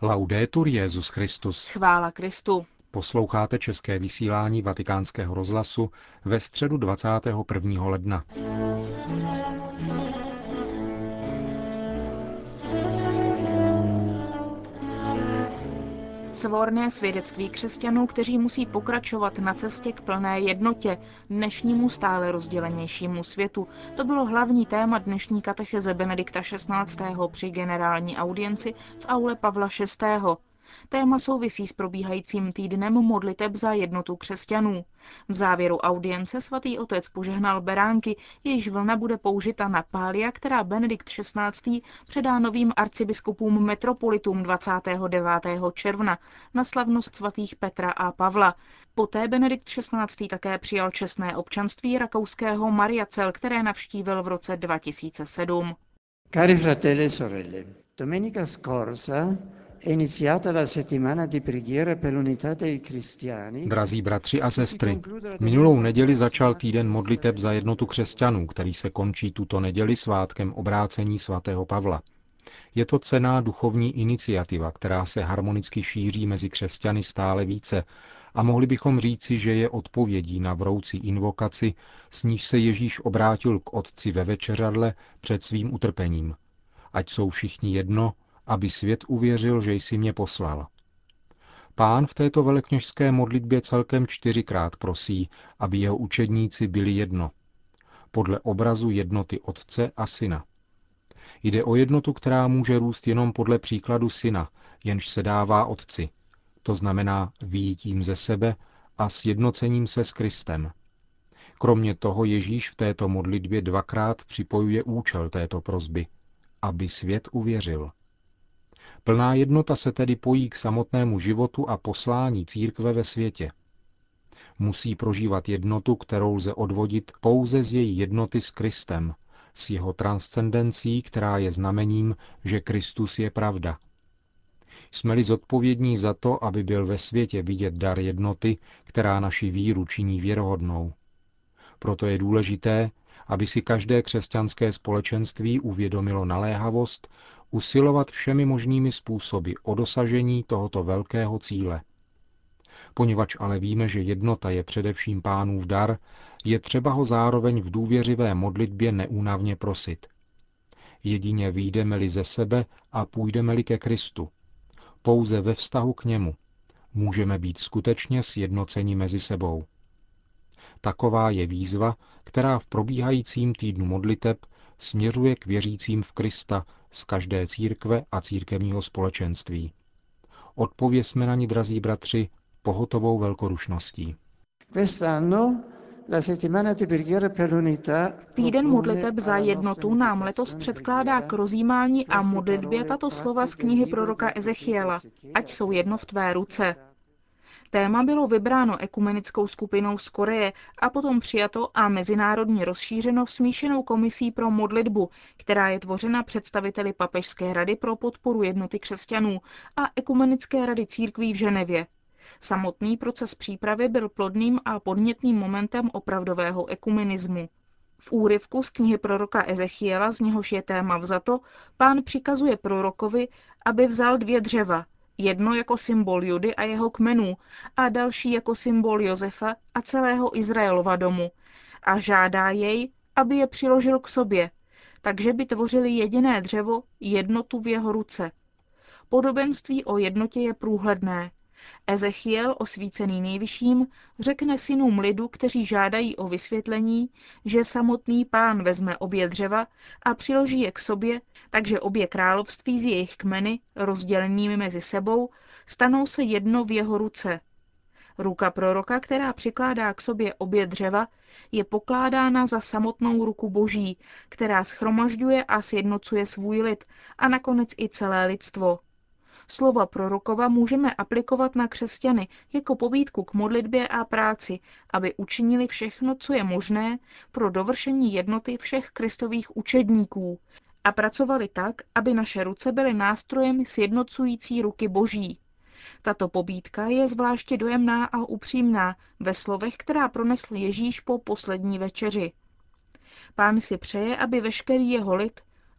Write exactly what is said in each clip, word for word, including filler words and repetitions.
Laudetur Jesus Christus. Chvála Kristu. Posloucháte české vysílání Vatikánského rozhlasu ve středu dvacátého prvního ledna. Svorné svědectví křesťanů, kteří musí pokračovat na cestě k plné jednotě, dnešnímu stále rozdělenějšímu světu. To bylo hlavní téma dnešní katecheze Benedikta šestnáctého. Při generální audienci v aule Pavla šestého. Téma souvisí s probíhajícím týdnem modliteb za jednotu křesťanů. V závěru audience svatý otec požehnal beránky, jejíž vlna bude použita na pália, která Benedikt šestnáctý. předá novým arcibiskupům metropolitům dvacátého devátého června na slavnost svatých Petra a Pavla. Poté Benedikt šestnáctý. také přijal čestné občanství rakouského Mariacel, které navštívil v roce dva tisíce sedm. Cari fratelli e sorelle, domenica scorsa Drazí bratři a sestry, minulou neděli začal týden modliteb za jednotu křesťanů, který se končí tuto neděli svátkem obrácení svatého Pavla. Je to cenná duchovní iniciativa, která se harmonicky šíří mezi křesťany stále více a mohli bychom říci, že je odpovědí na vroucí invokaci, s níž se Ježíš obrátil k Otci ve večeřadle před svým utrpením. Ať jsou všichni jedno, aby svět uvěřil, že jsi mě poslal. Pán v této velekněžské modlitbě celkem čtyřikrát prosí, aby jeho učedníci byli jedno. Podle obrazu jednoty Otce a Syna. Jde o jednotu, která může růst jenom podle příkladu Syna, jenž se dává Otci. To znamená vyjitím ze sebe a sjednocením se s Kristem. Kromě toho Ježíš v této modlitbě dvakrát připojuje účel této prosby, aby svět uvěřil. Plná jednota se tedy pojí k samotnému životu a poslání církve ve světě. Musí prožívat jednotu, kterou lze odvodit pouze z její jednoty s Kristem, s jeho transcendencí, která je znamením, že Kristus je pravda. Jsme-li zodpovědní za to, aby byl ve světě vidět dar jednoty, která naši víru činí věrohodnou. Proto je důležité, aby si každé křesťanské společenství uvědomilo naléhavost usilovat všemi možnými způsoby o dosažení tohoto velkého cíle. Poněvadž ale víme, že jednota je především Pánův dar, je třeba ho zároveň v důvěřivé modlitbě neúnavně prosit. Jedině vyjdeme-li ze sebe a půjdeme-li ke Kristu. Pouze ve vztahu k němu můžeme být skutečně sjednoceni mezi sebou. Taková je výzva, která v probíhajícím týdnu modliteb směřuje k věřícím v Krista z každé církve a církevního společenství. Odpovězme na ní, drazí bratři, pohotovou velkodušností. Týden modliteb za jednotu nám letos předkládá k rozjímání a modlitbě tato slova z knihy proroka Ezechiela. Ať jsou jedno v tvé ruce. Téma bylo vybráno ekumenickou skupinou z Koreje a potom přijato a mezinárodně rozšířeno smíšenou komisí pro modlitbu, která je tvořena představiteli Papežské rady pro podporu jednoty křesťanů a Ekumenické rady církví v Ženevě. Samotný proces přípravy byl plodným a podnětným momentem opravdového ekumenismu. V úryvku z knihy proroka Ezechiela, z něhož je téma vzato, Pán přikazuje prorokovi, aby vzal dvě dřeva, jedno jako symbol Judy a jeho kmenů a další jako symbol Josefa a celého Izraelova domu a žádá jej, aby je přiložil k sobě, takže by tvořili jediné dřevo, jednotu v jeho ruce. Podobenství o jednotě je průhledné. Ezechiel, osvícený Nejvyšším, řekne synům lidu, kteří žádají o vysvětlení, že samotný Pán vezme obě dřeva a přiloží je k sobě, takže obě království z jejich kmeny, rozdělenými mezi sebou, stanou se jedno v jeho ruce. Ruka proroka, která přikládá k sobě obě dřeva, je pokládána za samotnou ruku Boží, která shromažďuje a sjednocuje svůj lid a nakonec i celé lidstvo. Slova prorokova můžeme aplikovat na křesťany jako pobídku k modlitbě a práci, aby učinili všechno, co je možné pro dovršení jednoty všech Kristových učedníků a pracovali tak, aby naše ruce byly nástrojem sjednocující ruky Boží. Tato pobídka je zvláště dojemná a upřímná ve slovech, která pronesl Ježíš po poslední večeři. Pán si přeje, aby veškerý jeho lid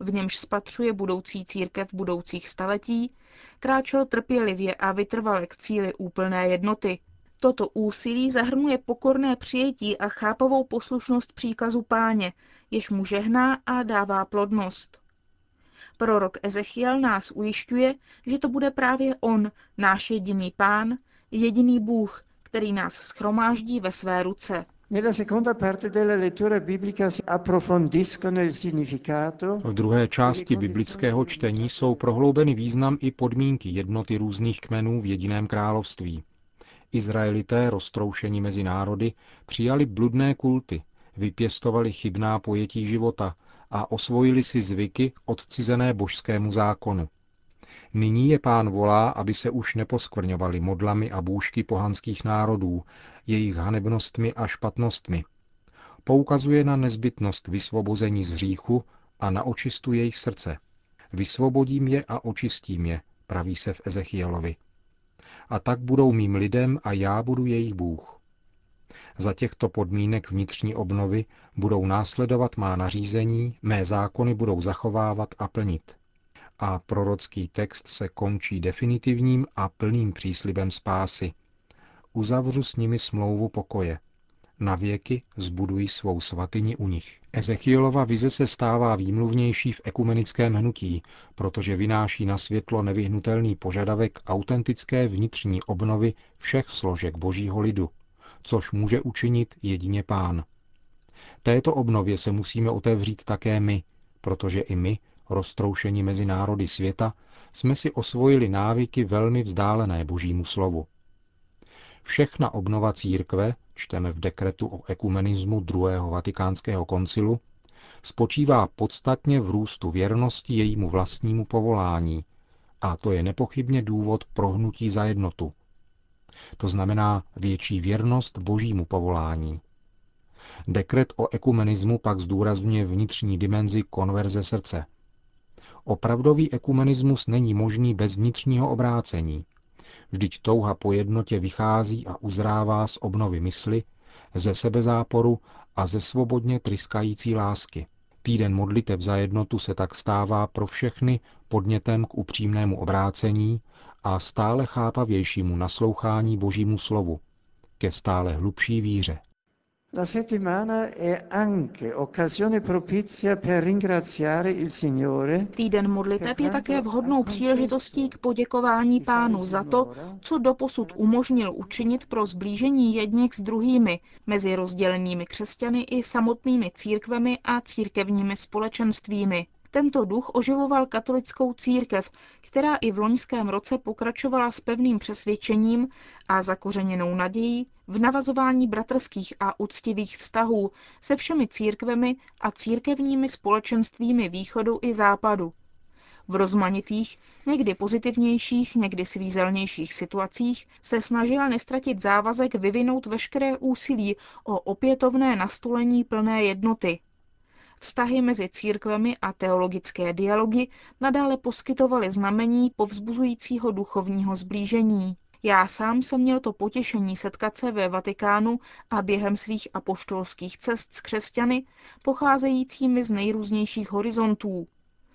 v němž spatřuje budoucí církev budoucích staletí, kráčel trpělivě a vytrvale k cíli úplné jednoty. Toto úsilí zahrnuje pokorné přijetí a chápavou poslušnost příkazu Páně, jež mu žehná a dává plodnost. Prorok Ezechiel nás ujišťuje, že to bude právě on, náš jediný Pán, jediný Bůh, který nás shromáždí ve své ruce. V druhé části biblického čtení jsou prohloubeny význam i podmínky jednoty různých kmenů v jediném království. Izraelité, roztroušení mezi národy, přijali bludné kulty, vypěstovali chybná pojetí života a osvojili si zvyky odcizené božskému zákonu. Nyní je Pán volá, aby se už neposkvrňovali modlami a bůžky pohanských národů, jejich hanebnostmi a špatnostmi. Poukazuje na nezbytnost vysvobození z hříchu a na očistu jejich srdce. Vysvobodím je a očistím je, praví se v Ezechielovi. A tak budou mým lidem a já budu jejich Bůh. Za těchto podmínek vnitřní obnovy budou následovat má nařízení, mé zákony budou zachovávat a plnit. A prorocký text se končí definitivním a plným příslibem spásy. Uzavřu s nimi smlouvu pokoje. Na věky zbudují svou svatyni u nich. Ezechielova vize se stává výmluvnější v ekumenickém hnutí, protože vynáší na světlo nevyhnutelný požadavek autentické vnitřní obnovy všech složek božího lidu, což může učinit jedině Pán. Této obnově se musíme otevřít také my, protože i my, roztroušení mezi národy světa, jsme si osvojili návyky velmi vzdálené božímu slovu. Všechna obnova církve, čteme v dekretu o ekumenismu druhého vatikánského koncilu, spočívá podstatně v růstu věrnosti jejímu vlastnímu povolání, a to je nepochybně důvod pro hnutí za jednotu. To znamená větší věrnost božímu povolání. Dekret o ekumenismu pak zdůrazňuje vnitřní dimenzi konverze srdce. Opravdový ekumenismus není možný bez vnitřního obrácení. Vždyť touha po jednotě vychází a uzrává z obnovy mysli, ze sebezáporu a ze svobodně tryskající lásky. Týden modliteb za jednotu se tak stává pro všechny podnětem k upřímnému obrácení a stále chápavějšímu naslouchání božímu slovu, ke stále hlubší víře. La settimana è anche occasione propizia per ringraziare il Signore. Týden modliteb je také vhodnou příležitostí k poděkování Pánu za to, co doposud umožnil učinit pro sblížení jedněch s druhými, mezi rozdělenými křesťany i samotnými církvemi a církevními společenstvími. Tento duch oživoval katolickou církev, která i v loňském roce pokračovala s pevným přesvědčením a zakořeněnou nadějí v navazování bratrských a úctivých vztahů se všemi církvemi a církevními společenstvími východu i západu. V rozmanitých, někdy pozitivnějších, někdy svízelnějších situacích se snažila nestratit závazek vyvinout veškeré úsilí o opětovné nastolení plné jednoty. Vztahy mezi církvemi a teologické dialogy nadále poskytovaly znamení povzbuzujícího duchovního sblížení. Já sám jsem měl to potěšení setkat se ve Vatikánu a během svých apoštolských cest s křesťany, pocházejícími z nejrůznějších horizontů.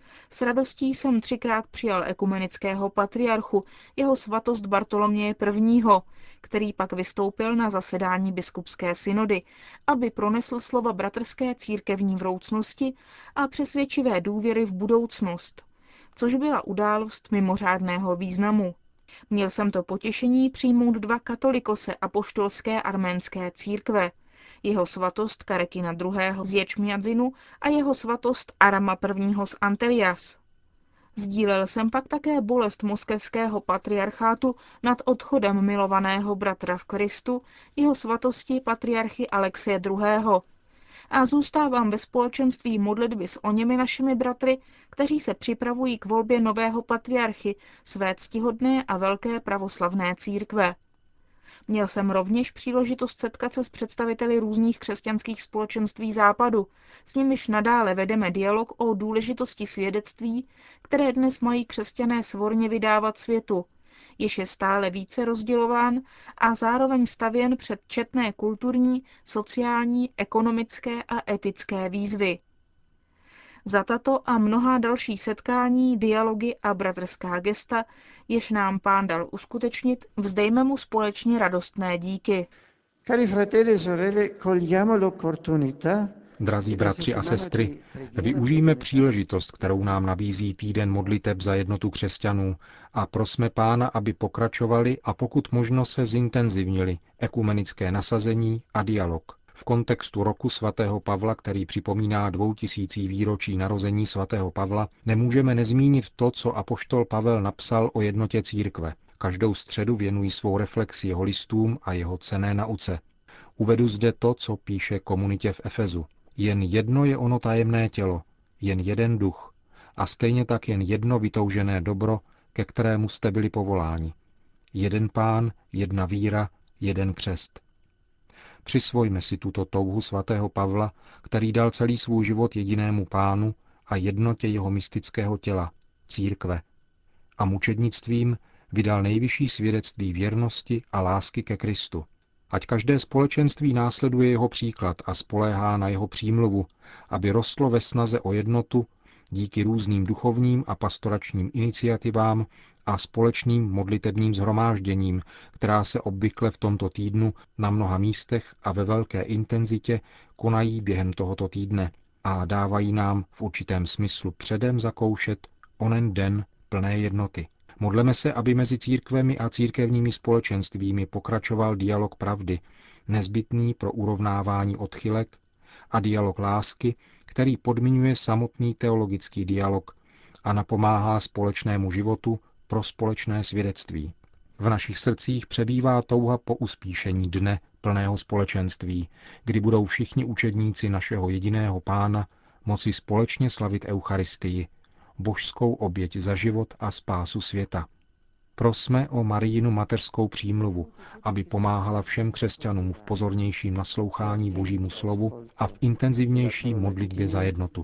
S radostí jsem třikrát přijal ekumenického patriarchu, jeho svatost Bartoloměje prvního., který pak vystoupil na zasedání biskupské synody, aby pronesl slova bratrské církevní vroucnosti a přesvědčivé důvěry v budoucnost, což byla událost mimořádného významu. Měl jsem to potěšení přijmout dva katolikose apoštolské arménské církve, jeho svatost Karekina druhého. z Ječmiadzinu a jeho svatost Arama prvního. z Antelias. Sdílel jsem pak také bolest moskevského patriarchátu nad odchodem milovaného bratra v Kristu, jeho svatosti patriarchy Alexeje druhého. A zůstávám ve společenství modlitby s oněmi našimi bratry, kteří se připravují k volbě nového patriarchy své ctihodné a velké pravoslavné církve. Měl jsem rovněž příležitost setkat se s představiteli různých křesťanských společenství západu, s nimiž nadále vedeme dialog o důležitosti svědectví, které dnes mají křesťané svorně vydávat světu, jež je stále více rozdělován a zároveň stavěn před četné kulturní, sociální, ekonomické a etické výzvy. Za tato a mnohá další setkání, dialogy a bratrská gesta, jež nám Pán dal uskutečnit, vzdejme mu společně radostné díky. Cari fratelli e sorelle, cogliamo l'opportunità. Drazí bratři a sestry, využijme příležitost, kterou nám nabízí týden modliteb za jednotu křesťanů a prosme Pána, aby pokračovali a pokud možno se zintenzivnili ekumenické nasazení a dialog. V kontextu roku svatého Pavla, který připomíná dvoutisící výročí narození svatého Pavla, nemůžeme nezmínit to, co apoštol Pavel napsal o jednotě církve. Každou středu věnují svou reflexi jeho listům a jeho cenné nauce. Uvedu zde to, co píše komunitě v Efezu. Jen jedno je ono tajemné tělo, jen jeden duch a stejně tak jen jedno vytoužené dobro, ke kterému jste byli povoláni. Jeden Pán, jedna víra, jeden křest. Přisvojme si tuto touhu svatého Pavla, který dal celý svůj život jedinému Pánu a jednotě jeho mystického těla, církve. A mučednictvím vydal nejvyšší svědectví věrnosti a lásky ke Kristu. Ať každé společenství následuje jeho příklad a spoléhá na jeho přímluvu, aby rostlo ve snaze o jednotu díky různým duchovním a pastoračním iniciativám a společným modlitebním shromážděním, která se obvykle v tomto týdnu na mnoha místech a ve velké intenzitě konají během tohoto týdne a dávají nám v určitém smyslu předem zakoušet onen den plné jednoty. Modleme se, aby mezi církvemi a církevními společenstvími pokračoval dialog pravdy, nezbytný pro urovnávání odchylek, a dialog lásky, který podmiňuje samotný teologický dialog a napomáhá společnému životu pro společné svědectví. V našich srdcích přebývá touha po uspíšení dne plného společenství, kdy budou všichni učedníci našeho jediného Pána moci společně slavit Eucharistii, božskou oběť za život a spásu světa. Prosme o Marijinu mateřskou přímluvu, aby pomáhala všem křesťanům v pozornějším naslouchání Božímu slovu a v intenzivnější modlitbě za jednotu.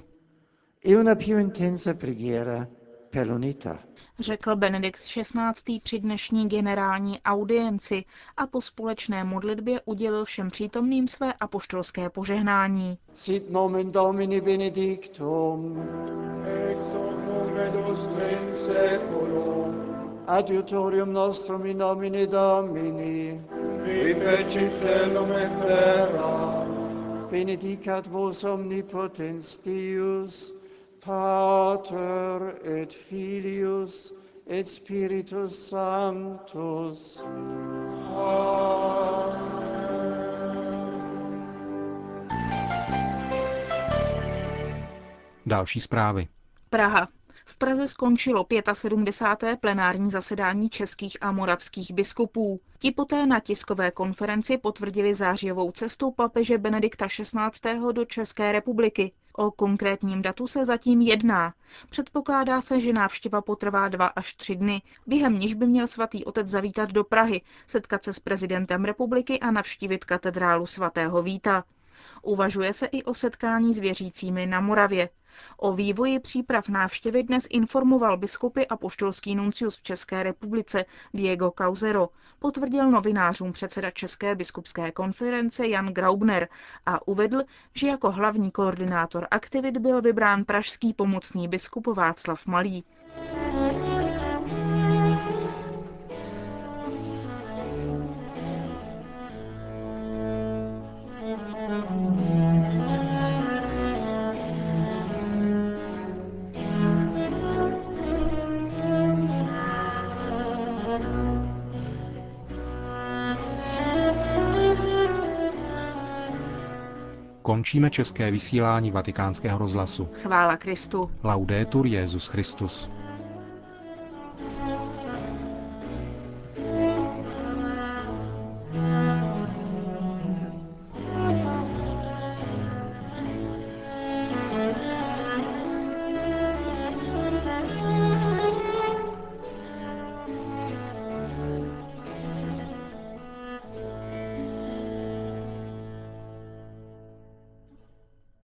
Řekl Benedikt šestnáctý. Při dnešní generální audienci a po společné modlitbě udělil všem přítomným své apoštolské požehnání. Sit nomen Domini benedictum, ex hoc nunc et usque in saeculum, adiutorium nostrum in nomine Domini, qui fecit caelum et terra, benedicat vos omnipotens Deus, Pater et Filius et Spiritus Sanctus. Amen. Další zprávy. Praha. V Praze skončilo sedmdesáté páté plenární zasedání českých a moravských biskupů. Ti poté na tiskové konferenci potvrdili zářijovou cestu papeže Benedikta šestnáctého. Do České republiky. O konkrétním datu se zatím jedná. Předpokládá se, že návštěva potrvá dva až tři dny, během níž by měl svatý otec zavítat do Prahy, setkat se s prezidentem republiky a navštívit katedrálu svatého Víta. Uvažuje se i o setkání s věřícími na Moravě. O vývoji příprav návštěvy dnes informoval biskupy apoštolský nuncius v České republice Diego Causero, potvrdil novinářům předseda České biskupské konference Jan Graubner a uvedl, že jako hlavní koordinátor aktivit byl vybrán pražský pomocný biskup Václav Malý. Končíme české vysílání Vatikánského rozhlasu. Chvála Kristu. Laudetur Jesus Christus.